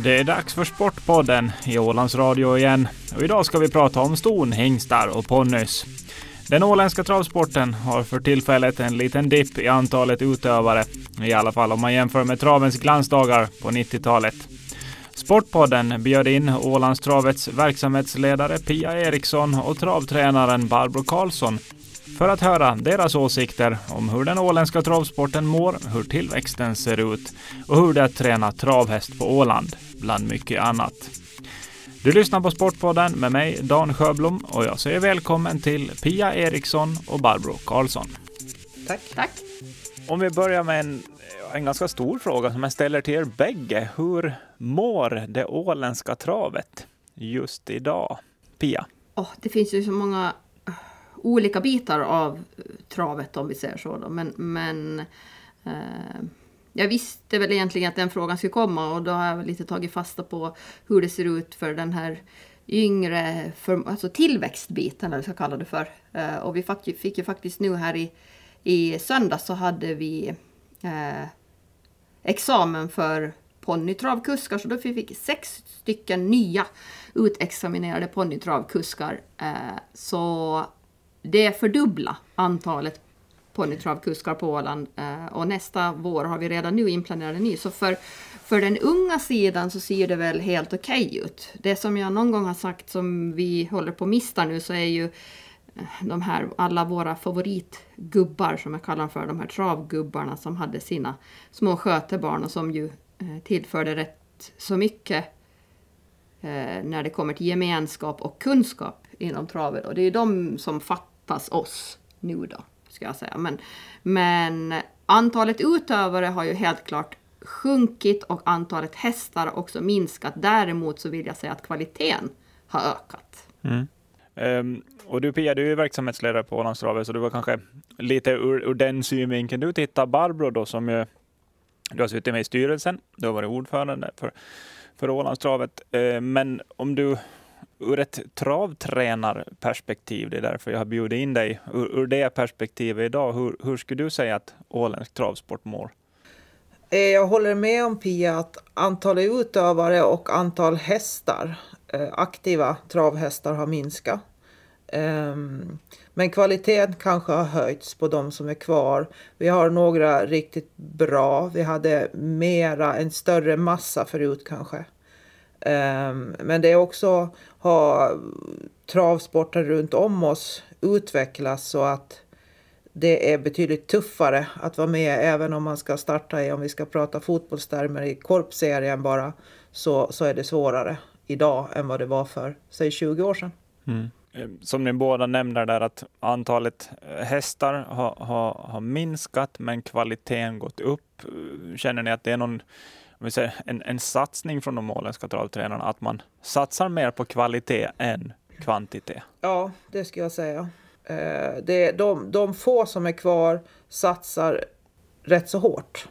Det är dags för Sportpodden i Ålands Radio igen. Och idag ska vi prata om ston, hingstar och ponnys. Den åländska travsporten har för tillfället en liten dipp i antalet utövare. I alla fall om man jämför med travens glansdagar på 90-talet. Sportpodden bjöd in Ålands travets verksamhetsledare Pia Eriksson och travtränaren Barbro Karlsson för att höra deras åsikter om hur den åländska travsporten mår, hur tillväxten ser ut och hur det är att träna travhäst på Åland, bland mycket annat. Du lyssnar på Sportpodden med mig, Dan Sjöblom, och jag säger välkommen till Pia Eriksson och Barbro Karlsson. Tack. Om vi börjar med en ganska stor fråga som jag ställer till er bägge. Hur mår det åländska travet just idag? Pia? Det finns ju så många olika bitar av travet, om vi säger så då. Men jag visste väl egentligen att den frågan skulle komma, och då har jag väl lite tagit fasta på hur det ser ut för den här yngre, alltså tillväxtbiten, eller vi ska kalla det för. Och vi fick ju faktiskt nu här i söndag så hade vi examen för ponnytravkuskar, så då fick vi 6 stycken nya utexaminerade ponnytravkuskar. Så det fördubbla antalet ponnytravkuskar på Åland, och nästa vår har vi redan nu inplanerade ny. Så för den unga sidan så ser det väl helt okej ut. Det som jag någon gång har sagt som vi håller på att mista nu, så är ju de här, alla våra favoritgubbar som jag kallar dem för, de här travgubbarna som hade sina små skötebarn och som ju tillförde rätt så mycket när det kommer till gemenskap och kunskap inom travet. Och det är de som fattas oss nu då, ska jag säga. Men antalet utövare har ju helt klart sjunkit och antalet hästar har också minskat. Däremot så vill jag säga att kvaliteten har ökat. Och du Pia, du är verksamhetsledare på Ålandstravet, så du var kanske lite ur den synvinkeln. Du tittar Barbro då, som ju, du har suttit med i styrelsen, du har varit ordförande för Ålandstravet. Men om du ur ett travtränarperspektiv, det är därför jag har bjudit in dig, ur det perspektivet idag, hur skulle du säga att åländsk travsport mår? Jag håller med om Pia att antalet utövare och antal hästar, aktiva travhästar, har minskat. Men kvaliteten kanske har höjts på de som är kvar. Vi har några riktigt bra. Vi hade en större massa förut kanske. Men det är också har travsporten runt om oss utvecklats så att det är betydligt tuffare att vara med, även om man ska starta om vi ska prata fotbollstermer i korpserien bara, så är det svårare idag än vad det var för, säg 20 år sedan. Som ni båda nämner där, att antalet hästar har minskat men kvaliteten gått upp. Känner ni att det är någon, om vi säger, en satsning från de åländska travtränarna, att man satsar mer på kvalitet än kvantitet? Ja, det ska jag säga. De få som är kvar satsar rätt så hårt.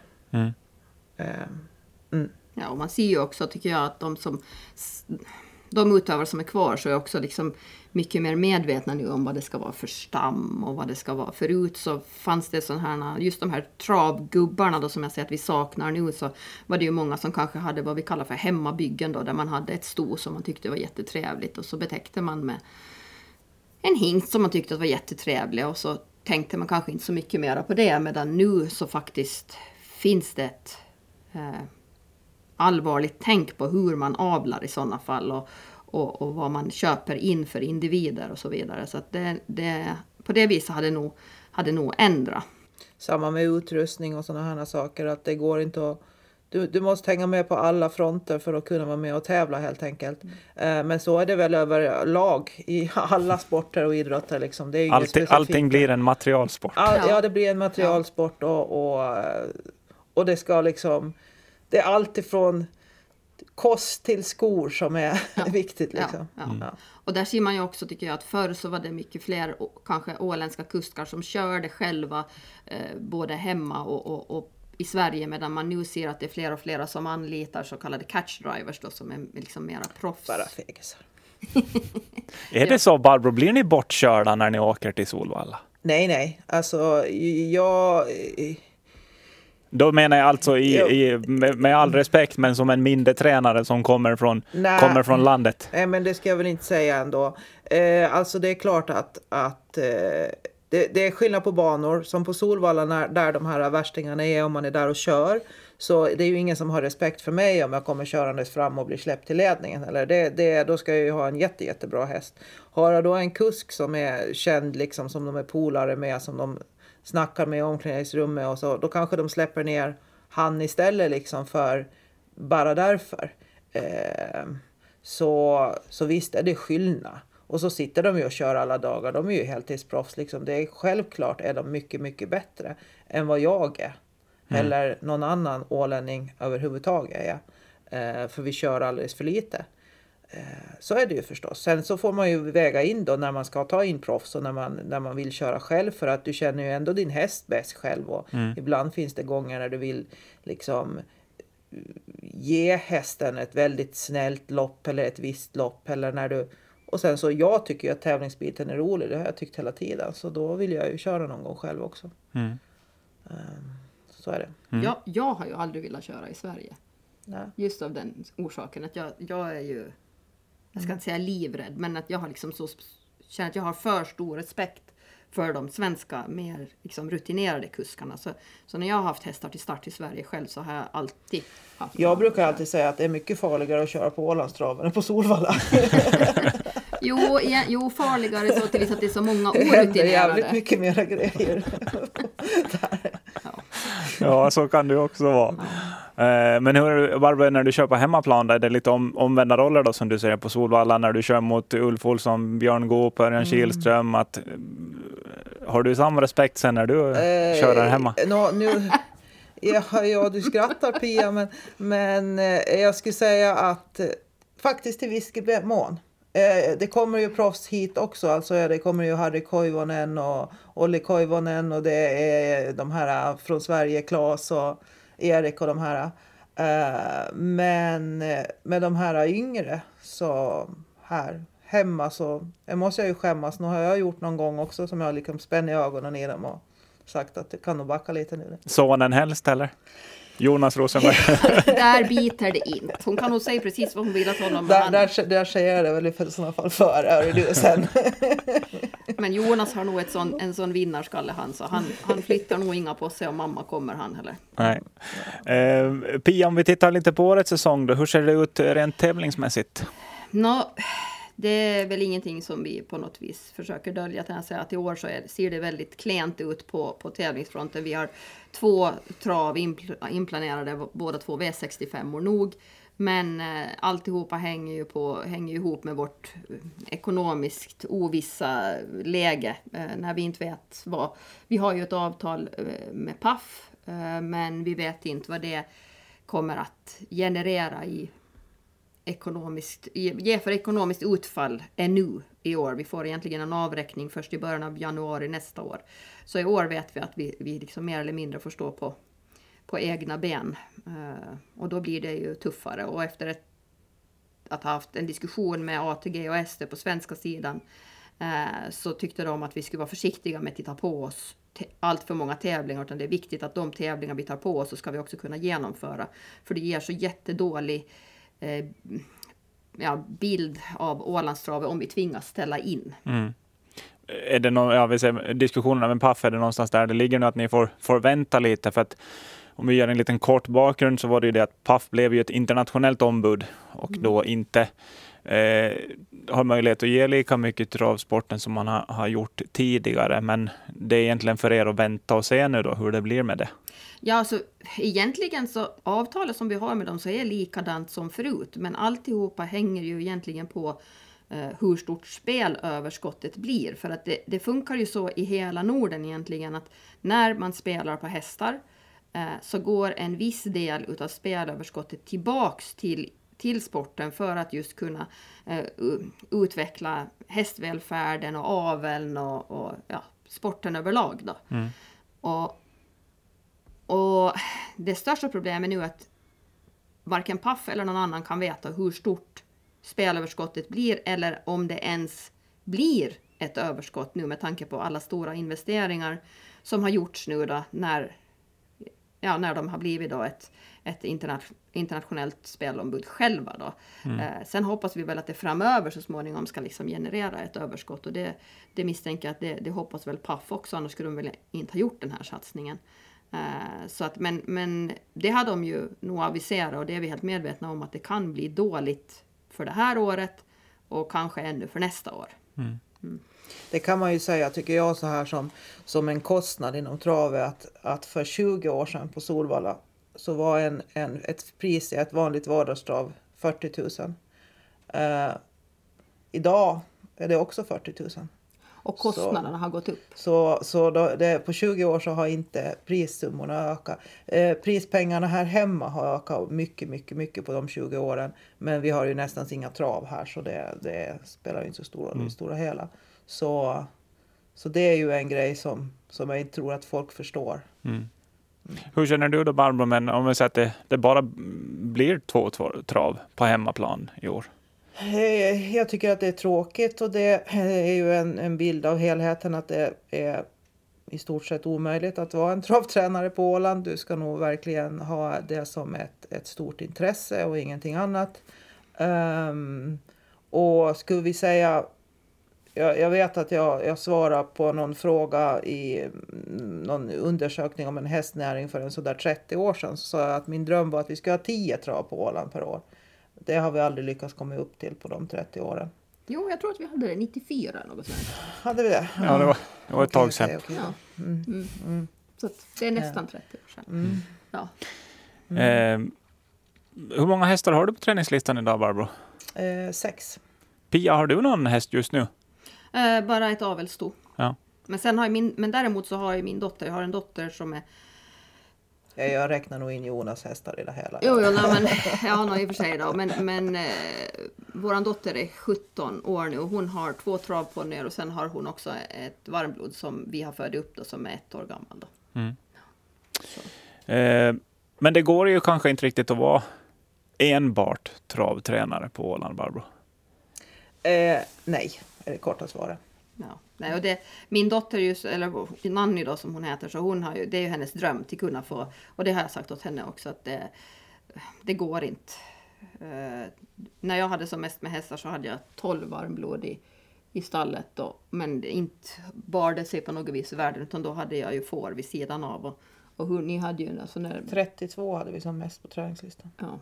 Ja, och man ser ju också, tycker jag, att de utövare som är kvar så är också liksom mycket mer medvetna nu om vad det ska vara för stam och vad det ska vara. Förut så fanns det sådana här, just de här travgubbarna då, som jag säger att vi saknar nu, så var det ju många som kanske hade vad vi kallar för hemmabyggen då, där man hade ett sto som man tyckte var jättetrevligt, och så betäckte man med en hingst som man tyckte var jättetrevlig, och så tänkte man kanske inte så mycket mer på det, medan nu så faktiskt finns det ett allvarligt tänk på hur man avlar i sådana fall, och vad man köper in för individer och så vidare. Så att det på det viset hade nog ändrat. Samma med utrustning och sådana här saker, att det går inte att du måste hänga med på alla fronter för att kunna vara med och tävla helt enkelt. Men så är det väl över lag i alla sporter och idrotter. Liksom. Det är allting blir en materialsport. Ja, det blir en materialsport, och det ska liksom, det är allt ifrån kost till skor som är viktigt. Liksom. Ja. Och där ser man ju också, tycker jag, att förr så var det mycket fler kanske åländska kuskar som körde själva både hemma och i Sverige, medan man nu ser att det är fler och fler som anlitar så kallade catch drivers då, som är liksom mera proffs. Bara fegisar. Är det så, Barbro, blir ni bortkörda när ni åker till Solvalla? Nej. Alltså, Då menar jag alltså med all respekt, men som en mindre tränare som kommer från landet. Nej, men det ska jag väl inte säga ändå. Alltså det är klart att det är skillnad på banor. Som på Solvalla där de här värstingarna är, om man är där och kör. Så det är ju ingen som har respekt för mig om jag kommer körandes fram och blir släppt till ledningen. Eller då ska jag ju ha en jättebra häst. Har jag då en kusk som är känd liksom, som de är polare med, som de snackar med i omklädningsrummet och så, då kanske de släpper ner han istället liksom, för bara därför. Så visst är det skillnad. Och så sitter de ju och kör alla dagar. De är ju heltidsproffs liksom. Det är självklart är de mycket, mycket bättre än vad jag är. Eller någon annan ålänning överhuvudtaget är. För vi kör alldeles för lite. Så är det ju förstås. Sen så får man ju väga in då när man ska ta in proffs och när man vill köra själv, för att du känner ju ändå din häst bäst själv, och ibland finns det gånger när du vill liksom ge hästen ett väldigt snällt lopp eller ett visst lopp, eller när du, och sen så jag tycker ju att tävlingsbiten är rolig, det har jag tyckt hela tiden, så då vill jag ju köra någon gång själv också. Så är det. Jag har ju aldrig velat köra i Sverige. Nej. Just av den orsaken att jag är ju, jag ska inte säga livrädd, men att jag har liksom känner att jag har för stor respekt för de svenska mer liksom rutinerade kuskarna. Så när jag har haft hästar till start i Sverige själv så har jag alltid haft. Jag brukar alltid säga att det är mycket farligare att köra på Ålandstraven än på Solvalla. Jo, farligare så till att det är så många Det händer orutinerade. jävligt mycket mera grejer. Ja, så kan det också vara. Men hur, Barbro, när du kör på hemmaplan, är det lite omvända roller då, som du säger på Solvalla, när du kör mot Ulf Olsson, Björn Goop, Örjan Kihlström, att har du samma respekt sen när du kör där hemma? Ja, du skrattar Pia, men jag skulle säga att faktiskt till viss mån. Det kommer ju proffs hit också, alltså det kommer ju Harry Koivunen och Olli Koivunen, och det är de här från Sverige, Claes och Erik och de här. Men med de här yngre så här hemma så måste jag ju skämmas. Nu har jag gjort någon gång också som jag liksom spänner ögonen i dem och sagt att det kan nog backa lite nu. Sonen helst eller? Jonas Rosenberg. Där biter det in. Hon kan nog säga precis vad hon vill att honom. Där säger jag det väl i sådana fall före du sen. Men Jonas har nog en sån vinnarskalle han, så han flyttar nog inga på sig om mamma kommer han heller. Nej. Pia, om vi tittar lite på årets säsong då, hur ser det ut rent tävlingsmässigt? Det är väl ingenting som vi på något vis försöker dölja. Att i år så ser det väldigt klent ut på tävlingsfronten. Vi har 2 trav inplanerade, båda 2 V65 år nog. Men alltihopa hänger ihop med vårt ekonomiskt ovissa läge. När vi inte vet vad. Vi har ju ett avtal med PAF, men vi vet inte vad det kommer att generera ge för ekonomiskt utfall ännu i år. Vi får egentligen en avräkning först i början av januari nästa år. Så i år vet vi att vi liksom mer eller mindre får stå på egna ben. Och då blir det ju tuffare. Och efter att ha haft en diskussion med ATG och ST på svenska sidan så tyckte de att vi skulle vara försiktiga med att titta på oss allt för många tävlingar, utan det är viktigt att de tävlingar vi tar på oss så ska vi också kunna genomföra. För det ger så jättedålig bild av Ålandstravet om vi tvingas ställa in. Är det vi ser diskussionerna med PAF, är det någonstans där det ligger nu att ni får vänta lite? För att om vi gör en liten kort bakgrund så var det ju det att PAF blev ju ett internationellt ombud och då inte har möjlighet att ge lika mycket travsporten som man har gjort tidigare. Men det är egentligen för er att vänta och se nu då hur det blir med det. Ja, alltså egentligen så avtalet som vi har med dem så är likadant som förut. Men alltihopa hänger ju egentligen på hur stort spelöverskottet blir. För att det funkar ju så i hela Norden egentligen att när man spelar på hästar så går en viss del utav spelöverskottet tillbaks till sporten för att just kunna utveckla hästvälfärden och aveln och sporten överlag då. Och det största problemet nu är att varken PAF eller någon annan kan veta hur stort spelöverskottet blir eller om det ens blir ett överskott nu med tanke på alla stora investeringar som har gjorts nu då när när de har blivit då ett internationellt spelombud själva då. Sen hoppas vi väl att det framöver så småningom ska liksom generera ett överskott, och det misstänker jag att det hoppas väl Paf också, annars skulle de väl inte ha gjort den här satsningen. Så att, men det har de ju nog aviserat, och det är vi helt medvetna om att det kan bli dåligt för det här året och kanske ännu för nästa år. Det kan man ju säga, tycker jag, så här som en kostnad inom travet, att för 20 år sedan på Solvalla så var ett pris i ett vanligt vardagstrav 40 000. Idag är det också 40 000. Och kostnaderna har gått upp. Så på 20 år så har inte prissummorna ökat. Prispengarna här hemma har ökat mycket, mycket, mycket på de 20 åren. Men vi har ju nästan inga trav här, så det spelar ju inte så stor roll i det stora hela. Så det är ju en grej som jag inte tror att folk förstår. Hur känner du då, Barbro, men om vi säger att det bara blir 2 trav på hemmaplan i år? Jag tycker att det är tråkigt, och det är ju en bild av helheten att det är i stort sett omöjligt att vara en travtränare på Åland. Du ska nog verkligen ha det som ett stort intresse och ingenting annat. Och skulle vi säga, jag vet att jag svarar på någon fråga i någon undersökning om en hästnäring för en sådär 30 år sedan, så sa jag att min dröm var att vi ska ha 10 trav på Åland per år. Det har vi aldrig lyckats komma upp till på de 30 åren. Jo, jag tror att vi hade det 94 eller något sånt. Hade vi det? Ja, det var ett tag sedan. Okay. Ja. Så att det är nästan 30 år sedan. Ja. Hur många hästar har du på träningslistan idag, Barbro? 6. Pia, har du någon häst just nu? Bara ett avelsto. Ja. Men sen har men däremot så har jag jag har en dotter som är... Jag räknar nog in Jonas hästar i det hela. Jo, men ja, i och för sig då. Men våran dotter är 17 år nu och hon har 2 travponnyer, och sen har hon också ett varmblod som vi har fört upp då, som är 1 år gammal då. Men det går ju kanske inte riktigt att vara enbart travtränare på Åland, Barbro. Nej, är det korta svaret. Ja. Nej, och min dotter, eller Nanny då som hon heter, så hon har ju, det är ju hennes dröm till kunna få, och det har jag sagt åt henne också, att det går inte. När jag hade som mest med hästar så hade jag 12 varmblod i stallet då, men inte bar det sig på något vis i världen, utan då hade jag ju får vid sidan av, och hur ni hade ju en alltså 32 hade vi som mest på träningslistan. Ja.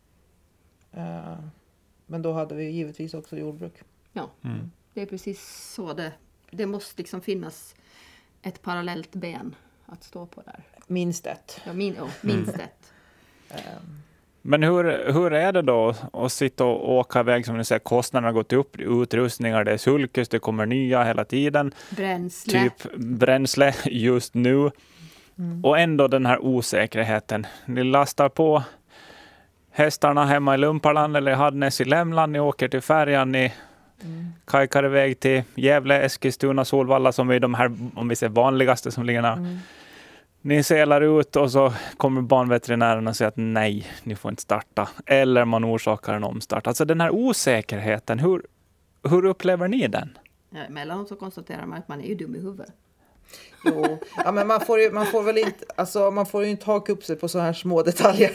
Men då hade vi givetvis också jordbruk. Ja. Det är precis så det måste liksom finnas ett parallellt ben att stå på där. Minst ett. Ja, minst ett. Men hur är det då att sitta och åka iväg, som ni säger, kostnaderna har gått upp, utrustningar, det är sulkes, det kommer nya hela tiden. Bränsle. Typ bränsle just nu. Och ändå den här osäkerheten. Ni lastar på hästarna hemma i Lumparland eller Hadnäs i Lämland, ni åker till färjan, ni kajkar iväg till Gävle, Eskilstuna, Solvalla, som är de här, om vi säger, vanligaste som ligger nära. Ni selar ut och så kommer barnveterinären och säger att nej, ni får inte starta. Eller man orsakar en omstart. Alltså den här osäkerheten, hur upplever ni den? Ja, emellanåt så konstaterar man att man är ju dum i huvudet. Jo, ja, men man får väl inte, alltså man får ju inte haka upp sig på så här små detaljer.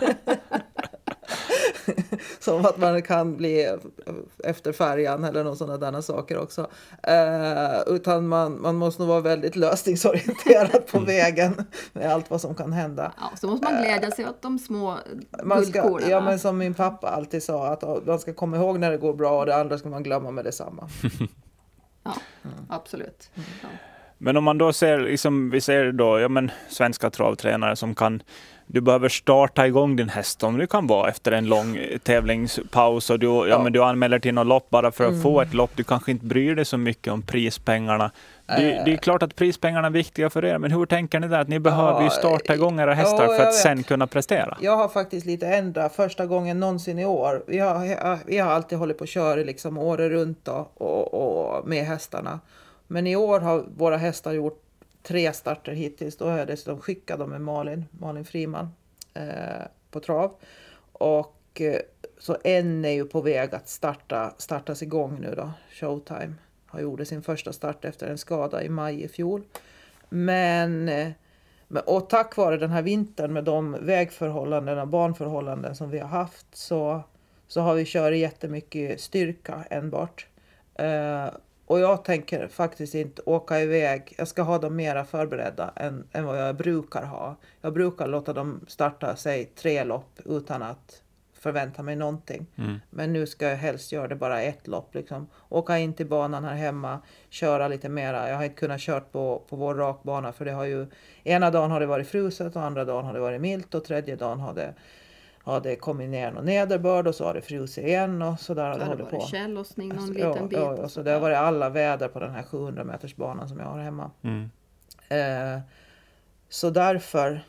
Som att man kan bli efter färjan eller någon sådana där saker också. Utan man måste nog vara väldigt lösningsorienterad på vägen med allt vad som kan hända. Ja, så måste man glädja sig åt de små guldkornen. Ja, men som min pappa alltid sa, att man ska komma ihåg när det går bra och det andra ska man glömma med detsamma. Ja, absolut. Ja. Men om man då ser, liksom, vi ser då, ja men svenska travtränare som kan, du behöver starta igång din häst om det kan vara efter en lång tävlingspaus och men du anmäler till något lopp bara för att få ett lopp, du kanske inte bryr dig så mycket om prispengarna. Det är klart att prispengarna är viktiga för er, men hur tänker ni där? Att ni behöver ju starta igång era hästar för att sen kunna prestera. Jag har faktiskt lite ändrat första gången någonsin i år. Vi har alltid hållit på att köra liksom året runt då, och med hästarna. Men i år har våra hästar gjort 3 starter hittills. Då har jag dessutom skickat dem med Malin Friman på trav. Och så en är ju på väg att startas igång nu då. Showtime har gjort sin första start efter en skada i maj i fjol. Men Och tack vare den här vintern med de vägförhållanden och banförhållanden som vi har haft så har vi kört jättemycket styrka enbart. Och jag tänker faktiskt inte åka iväg. Jag ska ha dem mera förberedda än vad jag brukar ha. Jag brukar låta dem starta, säg 3 lopp utan att förvänta mig någonting. Men nu ska jag helst göra det bara 1 lopp. Liksom. Åka in till banan här hemma, köra lite mera. Jag har inte kunnat köra på vår rakbana för det har ju... Ena dagen har det varit fruset och andra dagen har det varit milt och tredje dagen har det kommit ner någon nederbörd och så har det frusit igen och sådär. Så har det varit tjällossning någon liten bit. Ja, så det har varit alla väder på den här 700 meters banan som jag har hemma. Så därför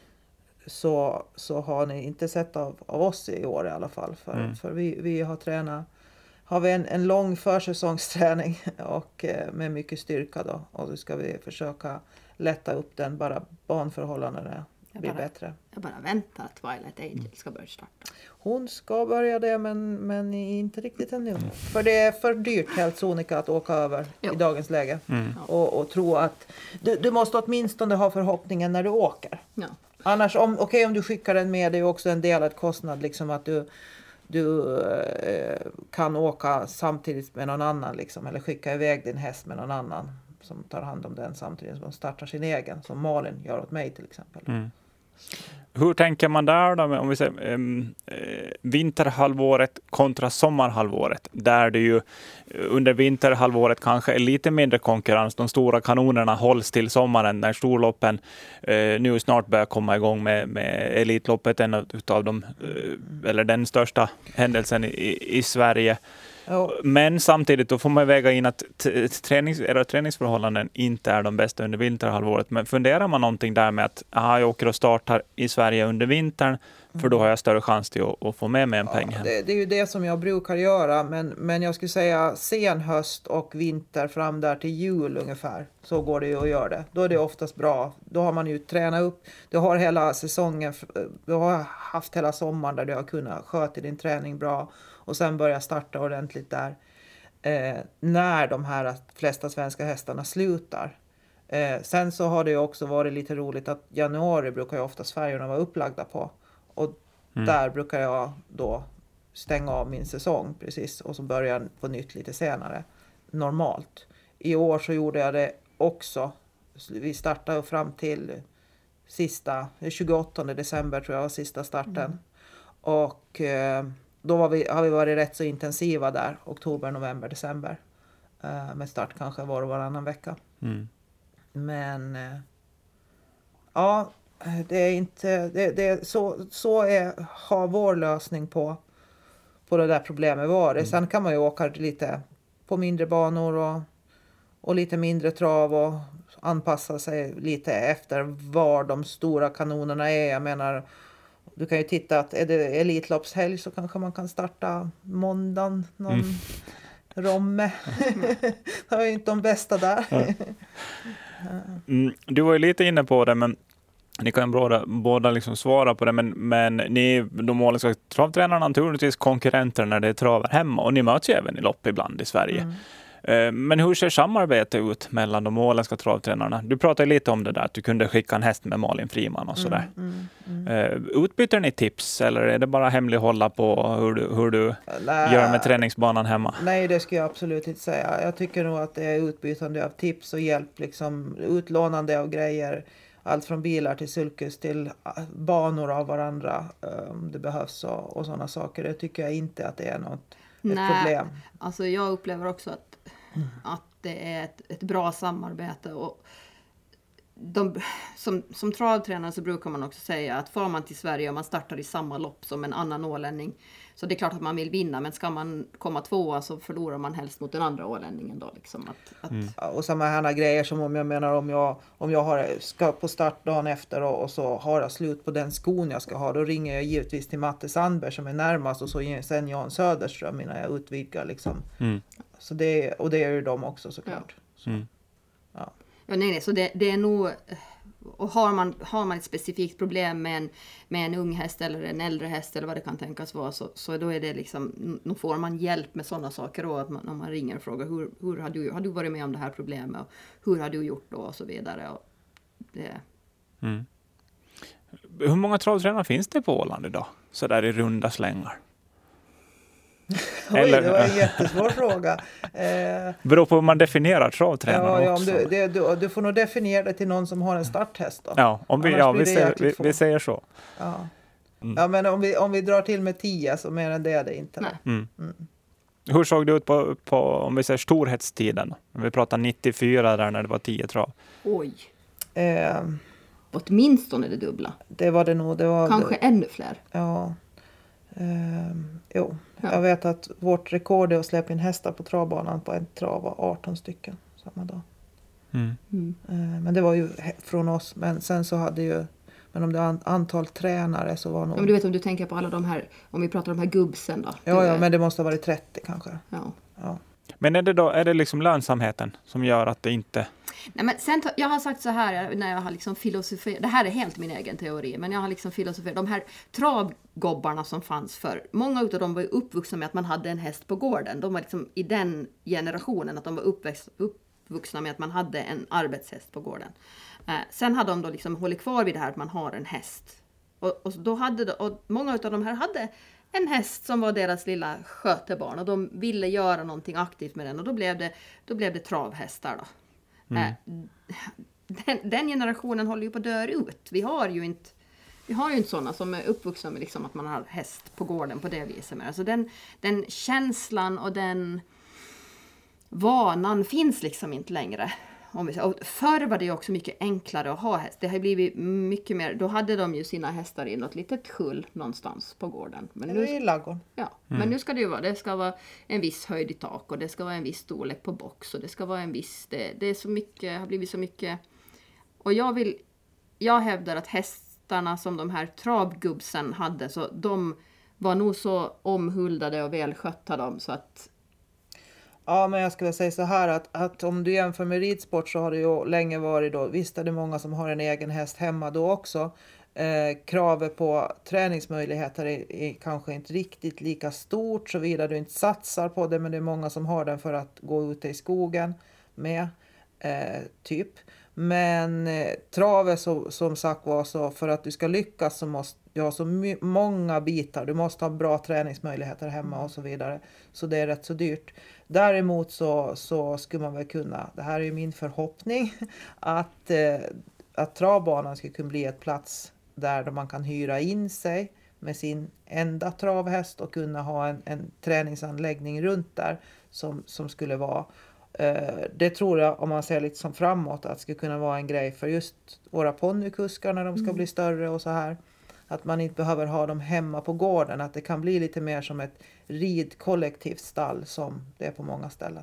så har ni inte sett av oss i år i alla fall. För vi har tränat, har vi en lång försäsongsträning och med mycket styrka då. Och då ska vi försöka lätta upp den, bara banförhållandena blir bättre. Jag bara väntar att Twilight Angel ska börja starta. Hon ska börja det men inte riktigt ännu. För det är för dyrt helt sonika att åka över i dagens läge. Och tro att du måste åtminstone ha förhoppningen när du åker. Ja. Annars om du skickar den med, det är ju också en delad kostnad liksom att du kan åka samtidigt med någon annan liksom, eller skicka iväg din häst med någon annan som tar hand om den samtidigt som de startar sin egen, som Malin gör åt mig till exempel. Hur tänker man där då, om vi säger vinterhalvåret kontra sommarhalvåret, där det ju under vinterhalvåret kanske är lite mindre konkurrens. De stora kanonerna hålls till sommaren när storloppen nu snart börjar komma igång med Elitloppet, en av dem, eller den största händelsen i Sverige. Men samtidigt då får man väga in att era träningsförhållanden inte är de bästa under vinterhalvåret. Men funderar man någonting där med att jag åker och startar i Sverige under vintern, för då har jag större chans till att få med mig en peng hem. Det är ju det som jag brukar göra, men jag skulle säga sen höst och vinter fram där till jul ungefär, så går det ju att göra det. Då är det oftast bra. Då har man ju tränat upp, du har hela säsongen, du har haft hela sommaren där du har kunnat sköta din träning bra och sen börja starta ordentligt där när de här flesta svenska hästarna slutar. Sen så har det ju också varit lite roligt att januari brukar ju oftast färgerna vara upplagda på. Och där brukar jag då stänga av min säsong precis och så börja på nytt lite senare. Normalt. I år så gjorde jag det också. Vi startade fram till 28 december tror jag var sista starten. Och då har vi varit rätt så intensiva där. Oktober, november, december. Med start kanske var och varannan vecka. Men ja, det är inte har vår lösning på det där problemet varit. Sen kan man ju åka lite på mindre banor och lite mindre trav och anpassa sig lite efter var de stora kanonerna är. Jag menar, du kan ju titta att är det Elitloppshelg så kanske man kan starta måndagen någon Romme. Det är ju inte de bästa där. Du var ju lite inne på det, men ni kan båda liksom svara på det, men ni, de åländska travtränarna, naturligtvis konkurrenter när det travar hemma, och ni möts ju även i lopp ibland i Sverige. Men hur ser samarbetet ut mellan de åländska travtränarna? Du pratade lite om det där, att du kunde skicka en häst med Malin Friman och sådär. Utbyter ni tips, eller är det bara hemlighålla på hur du gör med träningsbanan hemma? Nej, det skulle jag absolut inte säga. Jag tycker nog att det är utbytande av tips och hjälp, liksom utlånande av grejer. Allt från bilar till sulkes till banor av varandra om det behövs och sådana saker. Det tycker jag inte att det är ett problem. Alltså jag upplever också att det är ett bra samarbete. Och som travtränare så brukar man också säga att får man till Sverige och man startar i samma lopp som en annan ålänning, så det är klart att man vill vinna, men ska man komma tvåa så förlorar man helst mot den andra ålänningen då liksom Och samma här grejer som om jag ska på start dagen efter och så har jag slut på den skon jag ska ha, då ringer jag givetvis till Matte Sandberg som är närmast och så sen Jan Söderström innan jag utvidgar liksom. Så det är ju de också såklart. Så det är nog, och har man ett specifikt problem med en ung häst eller en äldre häst eller vad det kan tänkas vara, så då är det liksom, då får man hjälp med sådana saker då, att om man ringer och frågar hur har du varit med om det här problemet och hur har du gjort då och så vidare. Och det... Hur många travtränare finns det på Åland idag? Så där i runda slängar. Oj, det var en jättesvår fråga. Beror på hur man definierar travtränare ja, också. Du får nog definiera det till någon som har en starthäst då. Ja, vi säger så. Ja. Ja, men om vi drar till med 10 så mer än det är det inte. Hur såg det ut på om vi säger storhetstiden? Om vi pratar 94 där när det var 10 trav. Oj. Åtminstone det dubbla. Det var det nog. Kanske ännu fler. Ja. Jag vet att vårt rekord är att släppa in hästar på travbanan på en trav var 18 stycken samma dag. Men det var ju från oss. Men sen så hade ju, men om det var antal tränare så var nog... Men du vet om du tänker på alla de här, om vi pratar om de här gubbsen då. Ja, men det måste ha varit 30 kanske. Ja. Men är det liksom lönsamheten som gör att det inte... Nej, men sen jag har sagt så här när jag har liksom filosoferat, det här är helt min egen teori, men jag har liksom filosoferat, de här travgobbarna som fanns för, många av dem var ju uppvuxna med att man hade en häst på gården. De var liksom i den generationen att de var uppvuxna med att man hade en arbetshäst på gården. Sen hade de då liksom hållit kvar vid det här att man har en häst. Och då och många av de här hade en häst som var deras lilla skötebarn och de ville göra någonting aktivt med den och då blev det travhästar då. Den generationen håller ju på att dö ut. Vi har ju inte sådana som är uppvuxna med liksom att man har häst på gården på det viset. Alltså den känslan och den vanan finns liksom inte längre. Och förr var det ju också mycket enklare att ha häst. Det har blivit mycket mer. Då hade de ju sina hästar i något litet skjull någonstans på gården. Men nu i ladugården. Ja, men nu ska det ska vara en viss höjd i tak och det ska vara en viss storlek på box och det ska vara en viss det är så mycket, har blivit så mycket. Och jag hävdar att hästarna som de här travgubbsen hade, så de var nog så omhuldade och välskötta dem så att... Ja, men jag skulle säga så här att om du jämför med ridsport så har det ju länge varit då, visst är det många som har en egen häst hemma då också. Kravet på träningsmöjligheter är kanske inte riktigt lika stort såvida du inte satsar på det, men det är många som har den för att gå ute i skogen med typ. Men trav är som sagt var så, för att du ska lyckas så måste du ha så många bitar. Du måste ha bra träningsmöjligheter hemma och så vidare. Så det är rätt så dyrt. Däremot så skulle man väl kunna, det här är ju min förhoppning, att travbanan ska kunna bli ett plats där man kan hyra in sig med sin enda travhäst och kunna ha en träningsanläggning runt där som skulle vara. Det tror jag, om man ser lite som framåt, att det ska kunna vara en grej för just våra ponnykuskar när de ska bli större och så här. Att man inte behöver ha dem hemma på gården. Att det kan bli lite mer som ett ridkollektivt stall som det är på många ställen.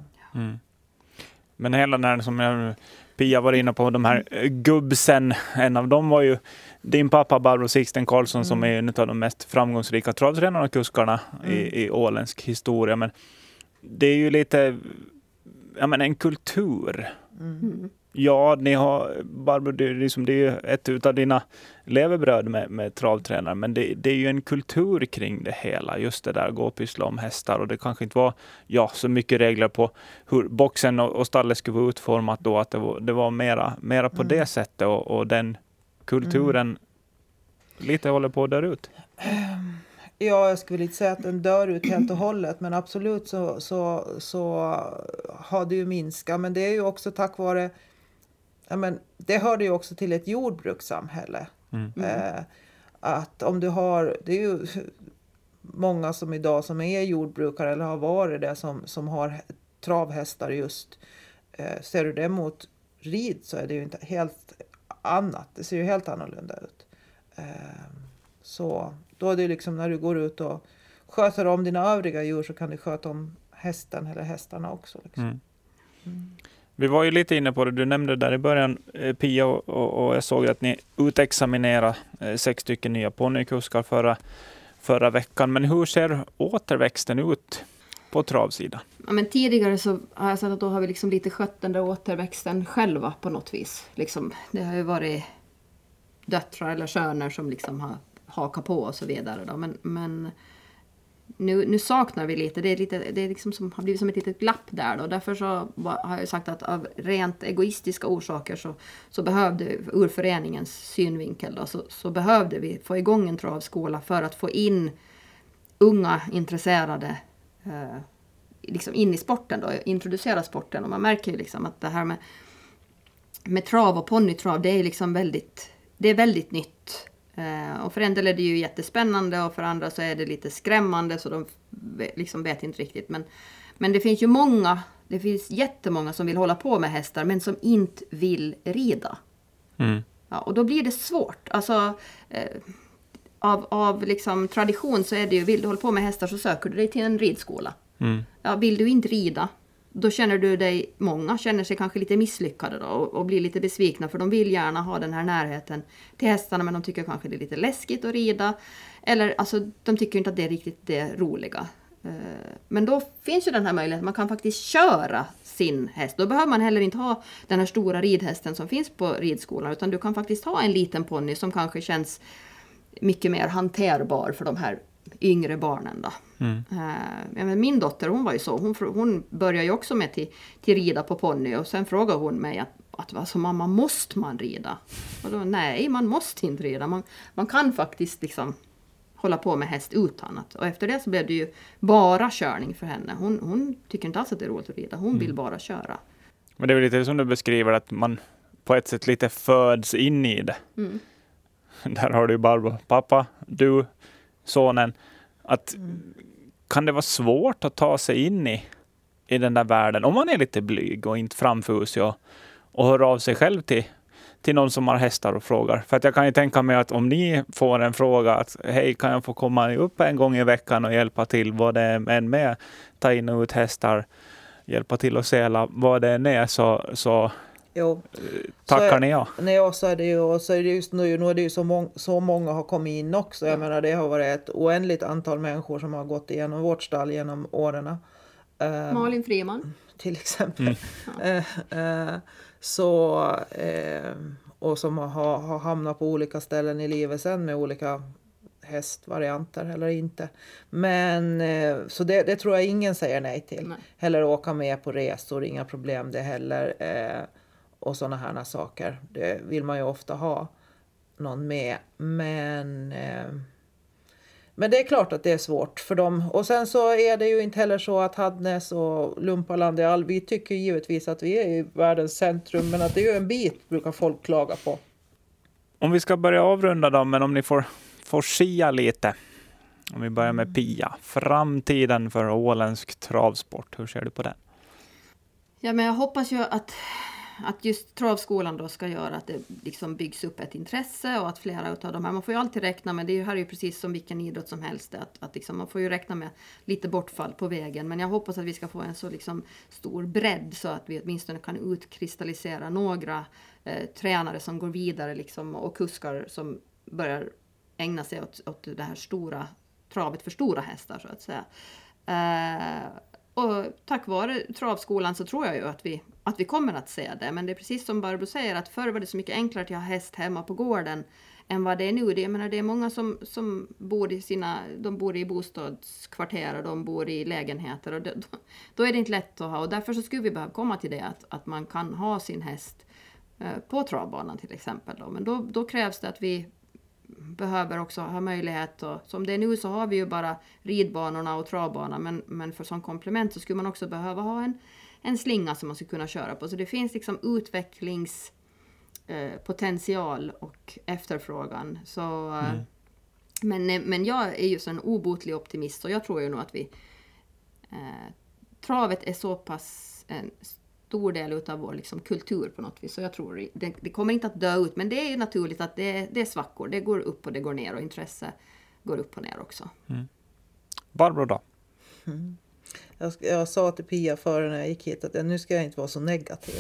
Men hela den här som Pia var inne på, de här gubbsen, en av dem var ju din pappa Barbro Sixten Karlsson som är en av de mest framgångsrika travtränarna och kuskarna i åländsk historia. Men det är ju lite en kultur. Ja, ni har, Barbro, det är ju ett av dina levebröd med travtränare, men det är ju en kultur kring det hela, just det där, gå och pyssla om hästar, och det kanske inte var så mycket regler på hur boxen och stallet skulle vara utformat då, att det var mera på det sättet, och den kulturen lite håller på att dö ut. Ja, jag skulle inte säga att den dör ut helt och hållet, men absolut så har det ju minskat, men det är ju också tack vare, det hörde ju också till ett jordbrukssamhälle. Att om du har, det är ju många som idag som är jordbrukare eller har varit det som har travhästar just. Ser du det mot rid så är det ju inte helt annat. Det ser ju helt annorlunda ut. Så då är det liksom när du går ut och sköter om dina övriga djur så kan du sköta om hästen eller hästarna också. Liksom. Vi var ju lite inne på det, du nämnde där i början, Pia, och jag såg att ni utexaminerade 6 stycken nya ponnykuskar förra veckan. Men hur ser återväxten ut på travsidan? Ja, men tidigare så har jag sett att då har vi liksom lite skött den där återväxten själva på något vis. Liksom, det har ju varit döttrar eller söner som liksom har hakat på och så vidare. Då. Men nu saknar vi lite. Det är liksom som har blivit som ett litet glapp där då. Därför så har jag sagt att av rent egoistiska orsaker så behövde vi, ur föreningens synvinkel då, så behövde vi få igång en travskola för att få in unga intresserade liksom in i sporten då, introducera sporten. Och man märker ju liksom att det här med trav och ponnytrav, det är liksom väldigt nytt. Och för en del är det ju jättespännande och för andra så är det lite skrämmande så de liksom vet inte riktigt. Men det finns ju det finns jättemånga som vill hålla på med hästar men som inte vill rida. Mm. Ja, och då blir det svårt. Alltså av liksom tradition så är det ju, vill du hålla på med hästar så söker du dig till en ridskola. Mm. Ja, vill du inte rida, då känner du dig, många känner sig kanske lite misslyckade då, och blir lite besvikna för de vill gärna ha den här närheten till hästarna men de tycker kanske det är lite läskigt att rida. Eller alltså de tycker inte att det är riktigt det roliga. Men då finns ju den här möjligheten, man kan faktiskt köra sin häst. Då behöver man heller inte ha den här stora ridhästen som finns på ridskolan utan du kan faktiskt ha en liten ponny som kanske känns mycket mer hanterbar för de här yngre barnen då. Mm. Min dotter, hon var ju så. Hon började ju också med till rida på ponny och sen frågade hon mig att alltså, mamma, måste man rida? Och då, nej, man måste inte rida. Man kan faktiskt liksom hålla på med häst utan att. Och efter det så blev det ju bara körning för henne. Hon tycker inte alls att det är roligt att rida. Hon vill bara köra. Men det är väl lite som du beskriver att man på ett sätt lite föds in i det. Mm. Där har du ju Barbro, pappa, du, sonen. Kan det vara svårt att ta sig in i den där världen om man är lite blyg och inte framfusig och hör av sig själv till någon som har hästar och frågar. För att jag kan ju tänka mig att om ni får en fråga att hej, kan jag få komma upp en gång i veckan och hjälpa till vad det är än med, ta in och ut hästar, hjälpa till att sela vad det än är så jo. Tackar ni ja. Nej, så är det ju just nu är det ju så många har kommit in också. Jag menar det har varit ett oändligt antal människor som har gått igenom vårt stall genom åren. Malin Friman till exempel. Och som har hamnat på olika ställen i livet sen med olika hästvarianter eller inte. Men så det tror jag ingen säger nej till. Nej. Heller åka med på resor, inga problem det heller. Och sådana här saker. Det vill man ju ofta ha någon med. Men det är klart att det är svårt för dem. Och sen så är det ju inte heller så att Hadnäs och Lumpaland är vi tycker givetvis att vi är i världens centrum. Men att det är ju en bit brukar folk klaga på. Om vi ska börja avrunda då, men om ni får sia lite. Om vi börjar med Pia. Framtiden för åländsk travsport. Hur ser du på den? Ja, men jag hoppas ju att just travskolan då ska göra att det liksom byggs upp ett intresse och att flera av de här, man får ju alltid räkna med, det här är ju precis som vilken idrott som helst, att liksom, man får ju räkna med lite bortfall på vägen, men jag hoppas att vi ska få en så liksom stor bredd så att vi åtminstone kan utkristallisera några tränare som går vidare liksom, och kuskar som börjar ägna sig åt det här stora travet för stora hästar så att säga. Och tack vare travskolan så tror jag ju att vi kommer att se det. Men det är precis som Barbro säger att förr var det så mycket enklare att ha häst hemma på gården än vad det är nu. Jag menar, det är många som bor de bor i bostadskvarter och de bor i lägenheter. Och då är det inte lätt att ha. Och därför så skulle vi behöva komma till det att man kan ha sin häst på travbanan till exempel. Men då krävs det att vi behöver också ha möjlighet och, som det är nu så har vi ju bara ridbanorna och travbanan men för som komplement så skulle man också behöva ha en slinga som man skulle kunna köra på, så det finns liksom utvecklingspotential och efterfrågan så men jag är ju så en obotlig optimist så jag tror ju nog att vi travet är så pass en stor del utav vår liksom kultur på något vis. Så jag tror det kommer inte att dö ut. Men det är ju naturligt att det är svackor. Det går upp och det går ner. Och intresse går upp och ner också. Mm. Barbro då? Mm. Jag sa till Pia före när jag gick hit att nu ska jag inte vara så negativ.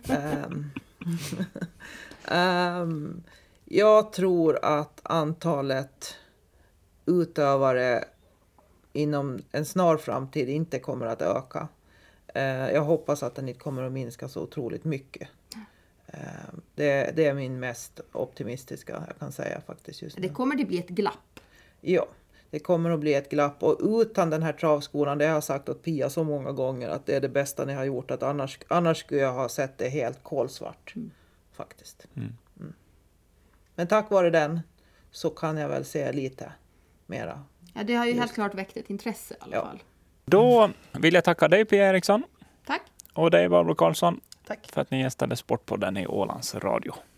Jag tror att antalet utövare inom en snar framtid inte kommer att öka. Jag hoppas att den inte kommer att minska så otroligt mycket. Det är min mest optimistiska jag kan säga faktiskt just nu. Det kommer att bli ett glapp. Ja, Det kommer att bli ett glapp, och utan den här travskolan, det har jag sagt åt Pia så många gånger, att det är det bästa ni har gjort, att annars skulle jag ha sett det helt kolsvart faktiskt. Men tack vare den så kan jag väl se lite mera. Ja, det har ju helt klart väckt ett intresse i alla fall. Då vill jag tacka dig, Pia Eriksson. Tack. Och dig, Barbro Karlsson. Tack. För att ni gästade Sportpodden i Ålands Radio.